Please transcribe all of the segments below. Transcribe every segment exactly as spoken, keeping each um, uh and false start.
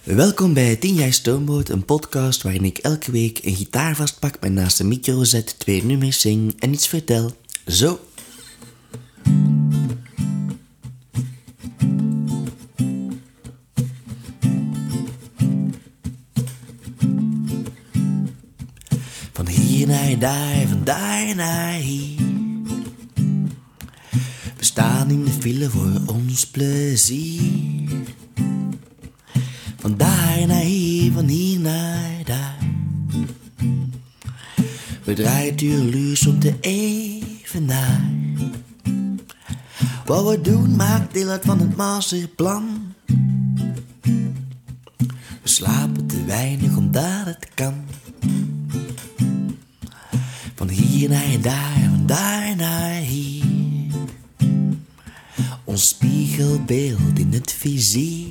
Welkom bij tien jaar Stoomboot, een podcast waarin ik elke week een gitaar vastpak, mij naast de micro zet, twee nummers zing en iets vertel. Zo. Van hier naar daar, van daar naar hier. We staan in de file voor ons plezier. Van daar naar hier, van hier naar daar. We draaien tuurluurs om te evenaar. Wat we doen maakt deel uit van het masterplan. We slapen te weinig omdat het kan. Van hier naar daar, van daar naar hier. Ons spiegelbeeld in het vizier.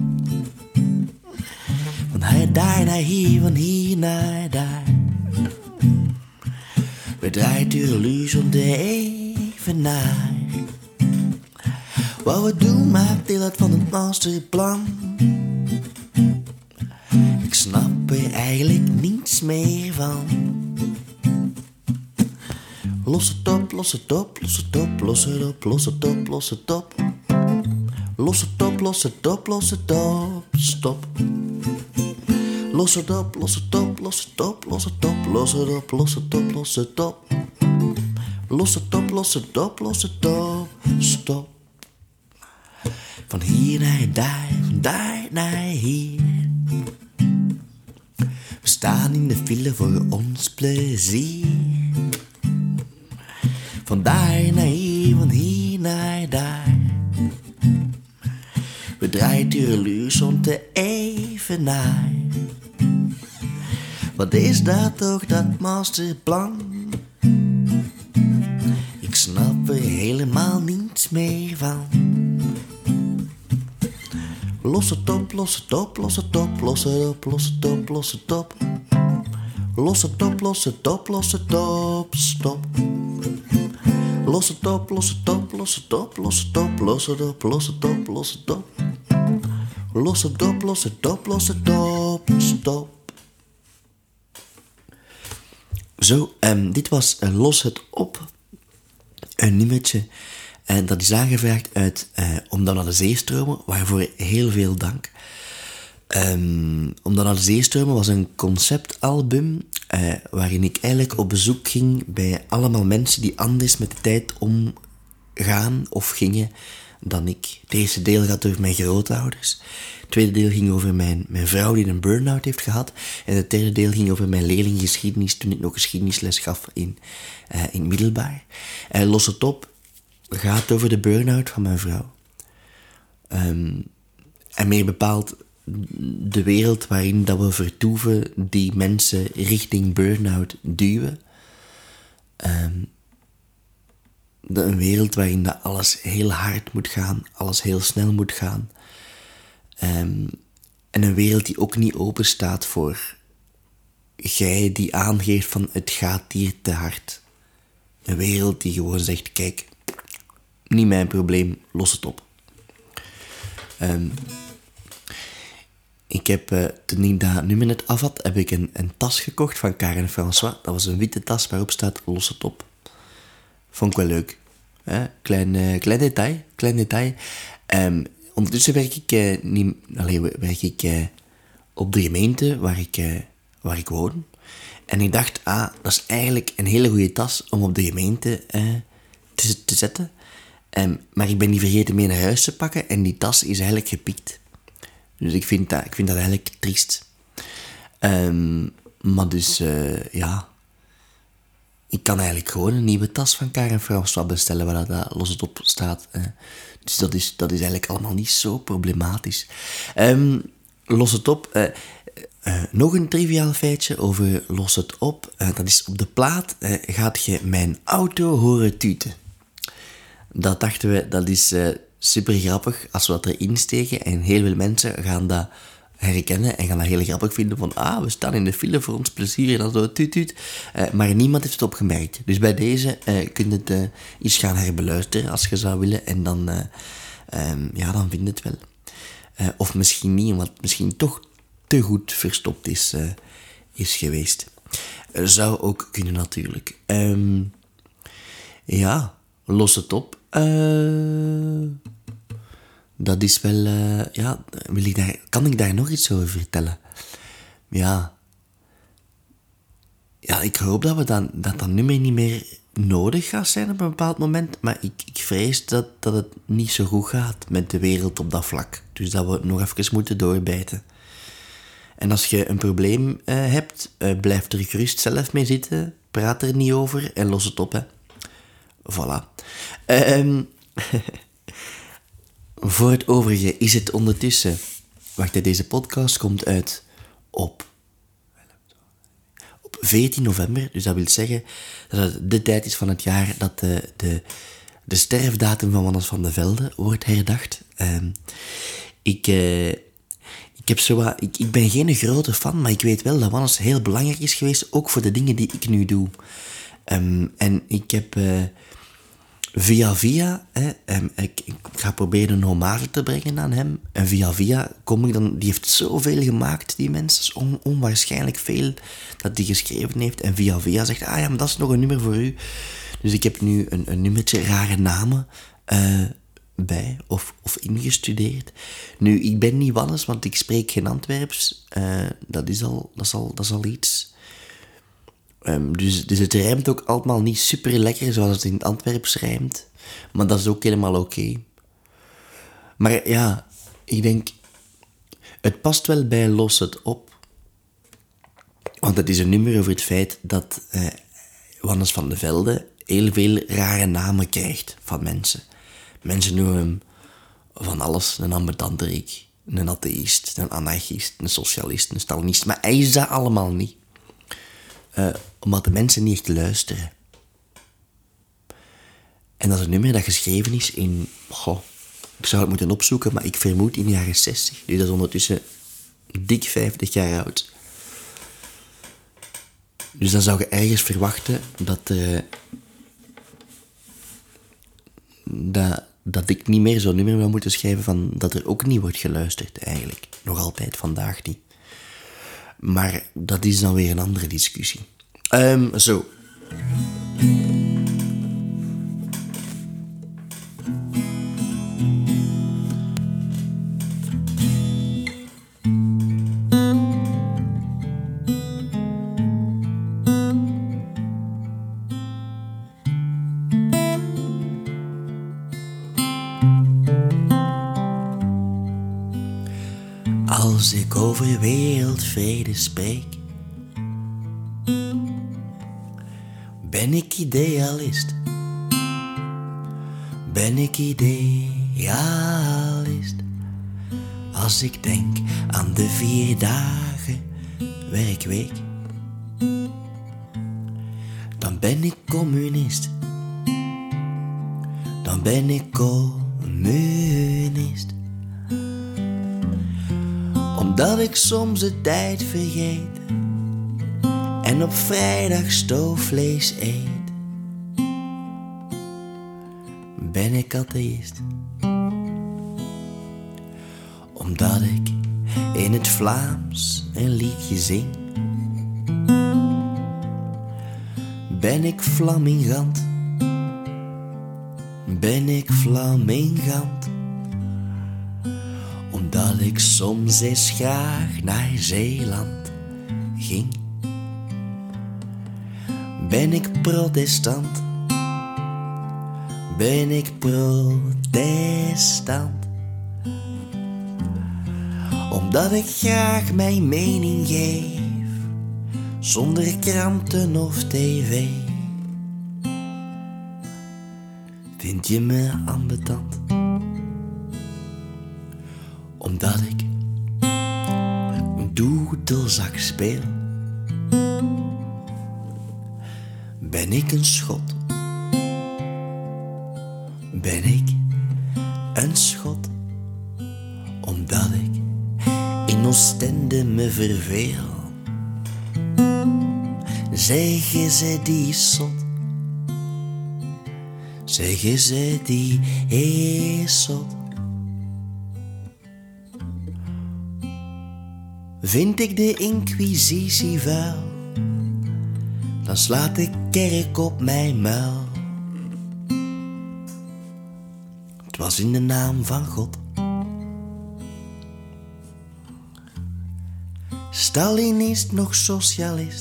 Van hier daar naar hier, van hier naar daar. We draaien tuurluurs om de evenaar. Wat we doen maakt deel uit van het masterplan. Ik snap er eigenlijk niets meer van. Los het op, los het op, los het op, los het op, los het op, los het op. Los het op, los het op, los het op, stop. Los het op, los het op, los het op, los het op, los het op, los het op, los het op. Los het op, los het op, los het op, stop. Van hier naar daar, van daar naar hier. We staan in de file voor ons plezier. Van daar naar hier, van hier naar daar. We draaien tuurluurs om te evenaar. Wat is dat toch, dat masterplan? Ik snap er helemaal niets meer van. Los het op, los het op, los het op, los het op, los het op, los het op. Los het op, los het op, los het op, stop. Los het op, los het op, los het op, los het op, los het op, los het op, los het op. Los het op, los het op, los het op, stop. Zo, um, dit was uh, Los het op, een nummertje. En dat is aangevraagd uit uh, Om dan naar de zee stromen, waarvoor heel veel dank. Um, Om dan naar de zee stromen was een conceptalbum uh, waarin ik eigenlijk op bezoek ging bij allemaal mensen die anders met de tijd omgaan of gingen dan ik. Het eerste deel gaat over mijn grootouders. Het tweede deel ging over mijn, mijn vrouw die een burn-out heeft gehad. En het derde deel ging over mijn leerlinggeschiedenis toen ik nog geschiedenisles gaf in, uh, in het middelbaar. Uh, Los het op gaat over de burn-out van mijn vrouw. Um, en meer bepaald de wereld waarin dat we vertoeven die mensen richting burn-out duwen. Um, de, een wereld waarin dat alles heel hard moet gaan, alles heel snel moet gaan. Um, en een wereld die ook niet open staat voor jij die aangeeft van het gaat hier te hard. Een wereld die gewoon zegt, kijk, niet mijn probleem, los het op. Um, ik heb, uh, toen ik dat nummer net af had, heb ik een, een tas gekocht van Karen François. Dat was een witte tas waarop staat, los het op. Vond ik wel leuk. Hè? Klein, uh, klein detail, klein detail. Um, ondertussen werk ik, uh, niet, allez, werk ik uh, op de gemeente waar ik, uh, waar ik woon. En ik dacht, ah, dat is eigenlijk een hele goede tas om op de gemeente uh, te, te zetten. Um, maar ik ben die vergeten mee naar huis te pakken en die tas is eigenlijk gepikt. Dus ik vind dat, ik vind dat eigenlijk triest. Um, maar dus, uh, ja... Ik kan eigenlijk gewoon een nieuwe tas van Karen François bestellen waar dat los het op staat. Uh, dus dat is, dat is eigenlijk allemaal niet zo problematisch. Um, los het op... Uh, Uh, nog een triviaal feitje over Los het op. Uh, dat is op de plaat uh, gaat je mijn auto horen tuten. Dat dachten we, dat is uh, super grappig als we dat erin steken. En heel veel mensen gaan dat herkennen en gaan dat heel grappig vinden. Van, ah, we staan in de file voor ons plezier en dan zo tuut tuut. Uh, maar niemand heeft het opgemerkt. Dus bij deze uh, kun je het uh, eens gaan herbeluisteren als je zou willen. En dan, uh, um, ja, dan vind je het wel. Uh, of misschien niet, omdat het misschien toch te goed verstopt is, uh, is geweest. Uh, zou ook kunnen natuurlijk. Um, ja, los het op. Uh, dat is wel... Uh, ja, wil ik daar, kan ik daar nog iets over vertellen? Ja... Ja, ik hoop dat we dan, dat, dat nummer niet meer nodig gaat zijn op een bepaald moment. Maar ik, ik vrees dat, dat het niet zo goed gaat met de wereld op dat vlak. Dus dat we het nog even moeten doorbijten. En als je een probleem uh, hebt, uh, blijf er gerust zelf mee zitten. Praat er niet over en los het op, hè. Voilà. Um, voor het overige is het ondertussen... Wacht, deze podcast komt uit op... veertien november, dus dat wil zeggen dat het de tijd is van het jaar dat de, de, de sterfdatum van Wannes van de Velde wordt herdacht. Um, ik, uh, ik, heb zo wat, ik, ik ben geen grote fan, maar ik weet wel dat Wannes heel belangrijk is geweest, ook voor de dingen die ik nu doe. Um, en ik heb uh, via via, hè, um, ik, ik ga proberen een hommage te brengen aan hem. En via via kom ik dan, die heeft zoveel gemaakt, die mens. Het is on, onwaarschijnlijk veel dat die geschreven heeft. En via via zegt, ah ja, maar dat is nog een nummer voor u. Dus ik heb nu een, een nummertje rare namen uh, bij, of, of ingestudeerd. Nu, ik ben niet Wannes, want ik spreek geen Antwerps. Uh, dat, is al, dat, is al, dat is al iets... Um, dus, dus het rijmt ook allemaal niet super lekker zoals het in het Antwerps rijmt. Maar dat is ook helemaal oké. Okay. Maar ja, ik denk... Het past wel bij Los het op. Want het is een nummer over het feit dat uh, Wannes van de Velde heel veel rare namen krijgt van mensen. Mensen noemen hem van alles. Een ambetanterik, een atheïst, een anarchist, een socialist, een stalinist. Maar hij is dat allemaal niet. Uh, omdat de mensen niet echt luisteren. En dat is een nummer dat geschreven is in... Goh, ik zou het moeten opzoeken, maar ik vermoed in de jaren zestig. Dus dat is ondertussen dik vijftig jaar oud. Dus dan zou je ergens verwachten dat... Uh, dat, dat ik niet meer zo'n nummer zou moeten schrijven van... Dat er ook niet wordt geluisterd, eigenlijk. Nog altijd, vandaag niet. Maar dat is dan weer een andere discussie. Um, zo. Als ik over wereldvrede spreek, ben ik idealist, ben ik idealist. Als ik denk aan de vier dagen werkweek, dan ben ik communist, dan ben ik communist. Omdat ik soms de tijd vergeet en op vrijdag stoofvlees eet, ben ik atheïst. Omdat ik in het Vlaams een liedje zing, ben ik flamingant, ben ik flamingant. Omdat ik soms eens graag naar Zeeland ging, ben ik protestant, ben ik protestant. Omdat ik graag mijn mening geef, zonder kranten of tv. Vind je me ambetant? Omdat ik een doedelzak speel, ben ik een schot, ben ik een schot. Omdat ik in Oostende me verveel, zeggen ze die is zot, zeggen ze die is zot. Vind ik de inquisitie vuil, dan slaat de kerk op mijn muil. Het was in de naam van God. Stalinist nog socialist,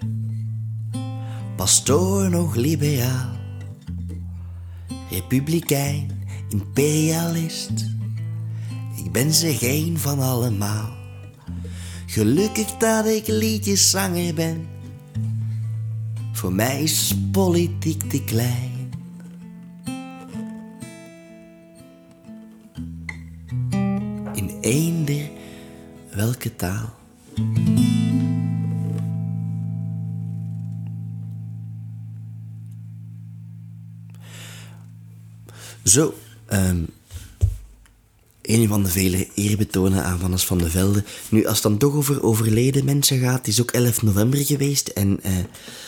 pastoor nog liberaal, republikein, imperialist. Ik ben ze geen van allemaal. Gelukkig dat ik liedjeszanger ben. Voor mij is politiek te klein. In eender welke taal. Zo, um, een van de vele eerbetonen aan Vannes van de Velde. Nu, als het dan toch over overleden mensen gaat, het is ook elf november geweest en, uh,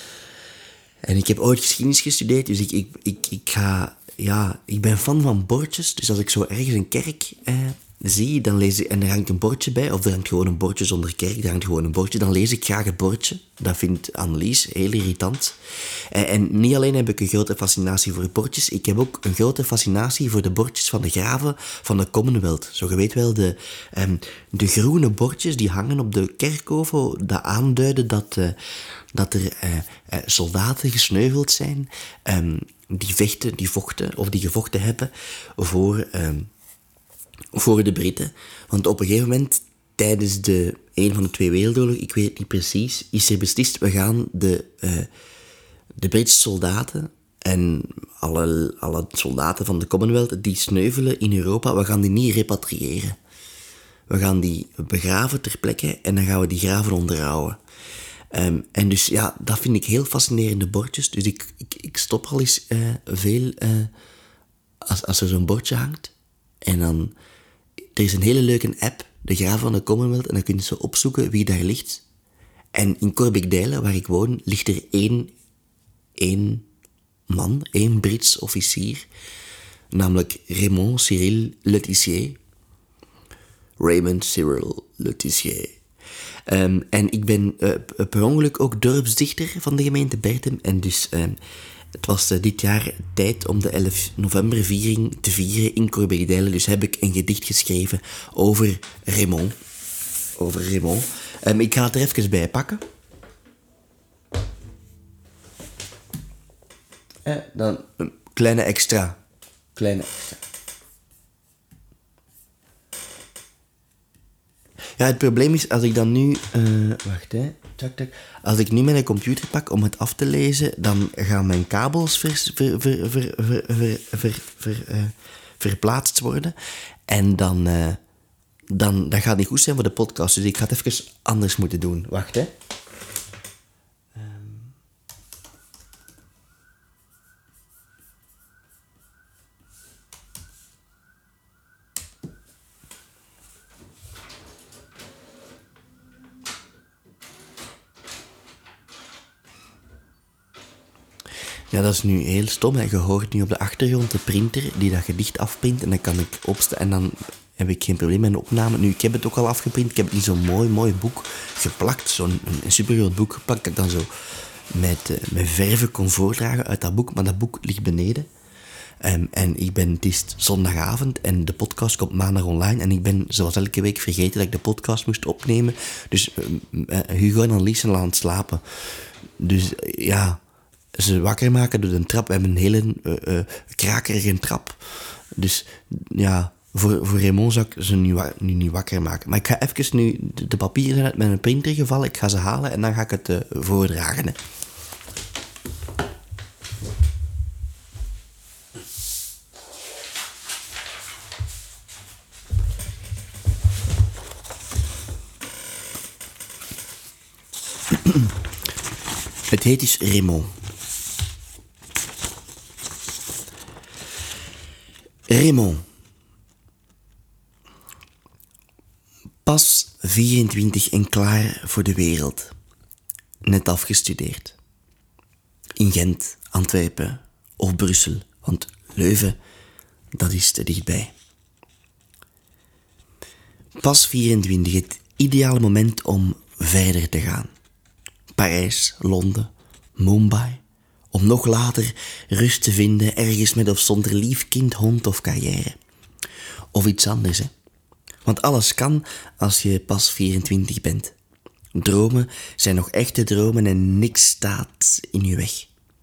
en ik heb ooit geschiedenis gestudeerd, dus ik, ik, ik, ik ga, ja, ik ben fan van bordjes, dus als ik zo ergens een kerk uh, zie, dan lees ik, en er hangt een bordje bij, of er hangt gewoon een bordje zonder kerk, er hangt gewoon een bordje, dan lees ik graag het bordje. Dat vindt Annelies heel irritant. En, en niet alleen heb ik een grote fascinatie voor bordjes, ik heb ook een grote fascinatie voor de bordjes van de graven van de Commonwealth. Zo, je weet wel, de, um, de groene bordjes die hangen op de kerkhoven, dat aanduiden dat, uh, dat er uh, uh, soldaten gesneuveld zijn, um, die vechten, die vochten, of die gevochten hebben voor... Um, voor de Britten. Want op een gegeven moment, tijdens de een van de twee wereldoorlogen, ik weet het niet precies, is er beslist, we gaan de, uh, de Britse soldaten en alle, alle soldaten van de Commonwealth die sneuvelen in Europa, we gaan die niet repatriëren. We gaan die begraven ter plekke en dan gaan we die graven onderhouden. Um, en dus ja, dat vind ik heel fascinerende bordjes. Dus ik, ik, ik stop al eens uh, veel uh, als, als er zo'n bordje hangt. En dan, er is een hele leuke app, de Graven van de Commonwealth, en dan kun je zo opzoeken wie daar ligt. En in Corbigdale, waar ik woon, ligt er één, één man, één Brits officier, namelijk Raymond Cyril Letizier. Raymond Cyril Letizier. Um, en ik ben uh, per ongeluk ook dorpsdichter van de gemeente Berchem, en dus... Um, Het was uh, dit jaar tijd om de elf november viering te vieren in Corbigdale. Dus heb ik een gedicht geschreven over Raymond. Over Raymond. Um, ik ga het er even bij pakken. Eh, dan een kleine extra. Kleine extra. Ja, het probleem is, als ik dan nu... Uh, wacht, hè. Tak, tak. Als ik nu mijn computer pak om het af te lezen, dan gaan mijn kabels ver, ver, ver, ver, ver, ver, ver, ver, uh, verplaatst worden. En dan, uh, dan, dan gaat het niet goed zijn voor de podcast. Dus ik ga het even anders moeten doen. Wacht, hè. Um. Ja, dat is nu heel stom. Hè. Je hoort nu op de achtergrond de printer die dat gedicht afprint. En dan kan ik opstaan en dan heb ik geen probleem met een opname. Nu, ik heb het ook al afgeprint. Ik heb het in zo'n mooi, mooi boek geplakt. Zo'n een supergroot boek gepakt dat ik dan zo met, uh, met verven kon voordragen uit dat boek. Maar dat boek ligt beneden. Um, en ik ben, het is zondagavond en de podcast komt maandag online. En ik ben, zoals elke week, vergeten dat ik de podcast moest opnemen. Dus uh, uh, Hugo en Annelies zijn al aan het slapen. Dus uh, ja... Ze wakker maken door een trap. We hebben een hele uh, uh, krakerige trap. Dus ja, voor, voor Raymond zou ik ze nu, wa- nu niet wakker maken. Maar ik ga even nu... De, de papieren zijn uit mijn printer gevallen. Ik ga ze halen en dan ga ik het uh, voordragen. Hè. Het heet dus Raymond. Raymond. Pas vierentwintig en klaar voor de wereld. Net afgestudeerd. In Gent, Antwerpen of Brussel, want Leuven, dat is te dichtbij. Pas vierentwintig, het ideale moment om verder te gaan. Parijs, Londen, Mumbai. Om nog later rust te vinden ergens met of zonder lief kind, hond of carrière. Of iets anders, hè. Want alles kan als je pas vierentwintig bent. Dromen zijn nog echte dromen en niks staat in je weg.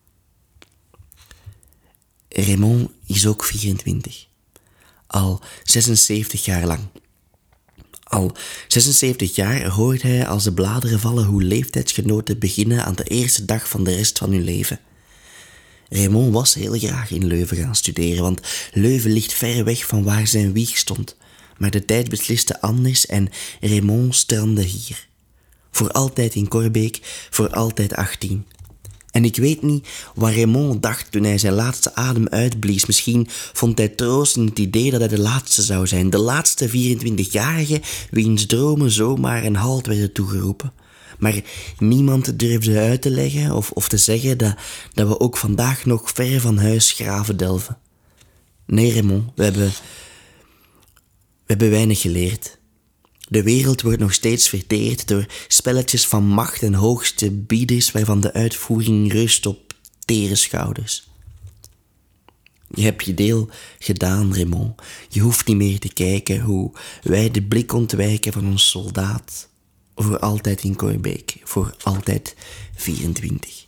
Raymond is ook vierentwintig. Al zesenzeventig jaar lang. Al zesenzeventig jaar hoort hij als de bladeren vallen hoe leeftijdsgenoten beginnen aan de eerste dag van de rest van hun leven. Raymond was heel graag in Leuven gaan studeren, want Leuven ligt ver weg van waar zijn wieg stond. Maar de tijd besliste anders en Raymond strandde hier. Voor altijd in Corbeek, voor altijd achttien. En ik weet niet wat Raymond dacht toen hij zijn laatste adem uitblies. Misschien vond hij troost in het idee dat hij de laatste zou zijn. De laatste vierentwintigjarige wiens dromen zomaar een halt werden toegeroepen. Maar niemand durfde uit te leggen of, of te zeggen dat, dat we ook vandaag nog ver van huis graven delven. Nee, Raymond, we hebben, we hebben weinig geleerd. De wereld wordt nog steeds verteerd door spelletjes van macht en hoogste bieders waarvan de uitvoering rust op tere schouders. Je hebt je deel gedaan, Raymond. Je hoeft niet meer te kijken hoe wij de blik ontwijken van ons soldaat. Voor altijd in Corbeek, voor altijd vierentwintig.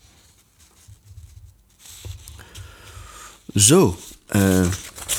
Zo, uh,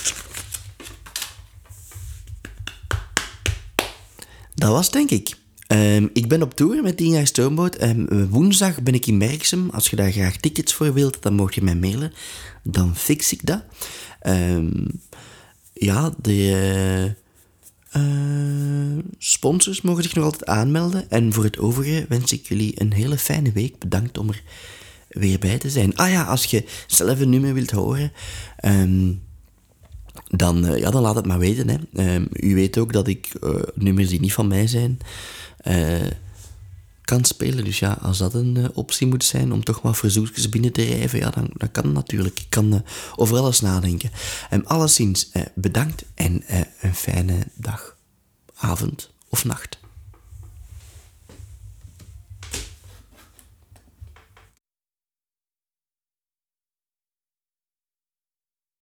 dat was denk ik. Um, ik ben op tour met tien jaar Stoomboot. Um, woensdag ben ik in Merksem. Als je daar graag tickets voor wilt, dan mag je mij mailen. Dan fix ik dat. Um, ja, de uh, uh, sponsors mogen zich nog altijd aanmelden. En voor het overige wens ik jullie een hele fijne week. Bedankt om er weer bij te zijn. Ah ja, als je zelf een nummer wilt horen... Um, Dan, uh, ja, dan laat het maar weten. Hè. Uh, u weet ook dat ik uh, nummers die niet van mij zijn uh, kan spelen. Dus ja, als dat een uh, optie moet zijn om toch maar verzoekjes binnen te rijven, ja, dan, dan kan het natuurlijk. Ik kan uh, over alles nadenken. Um, alleszins, uh, bedankt en uh, een fijne dag, avond of nacht.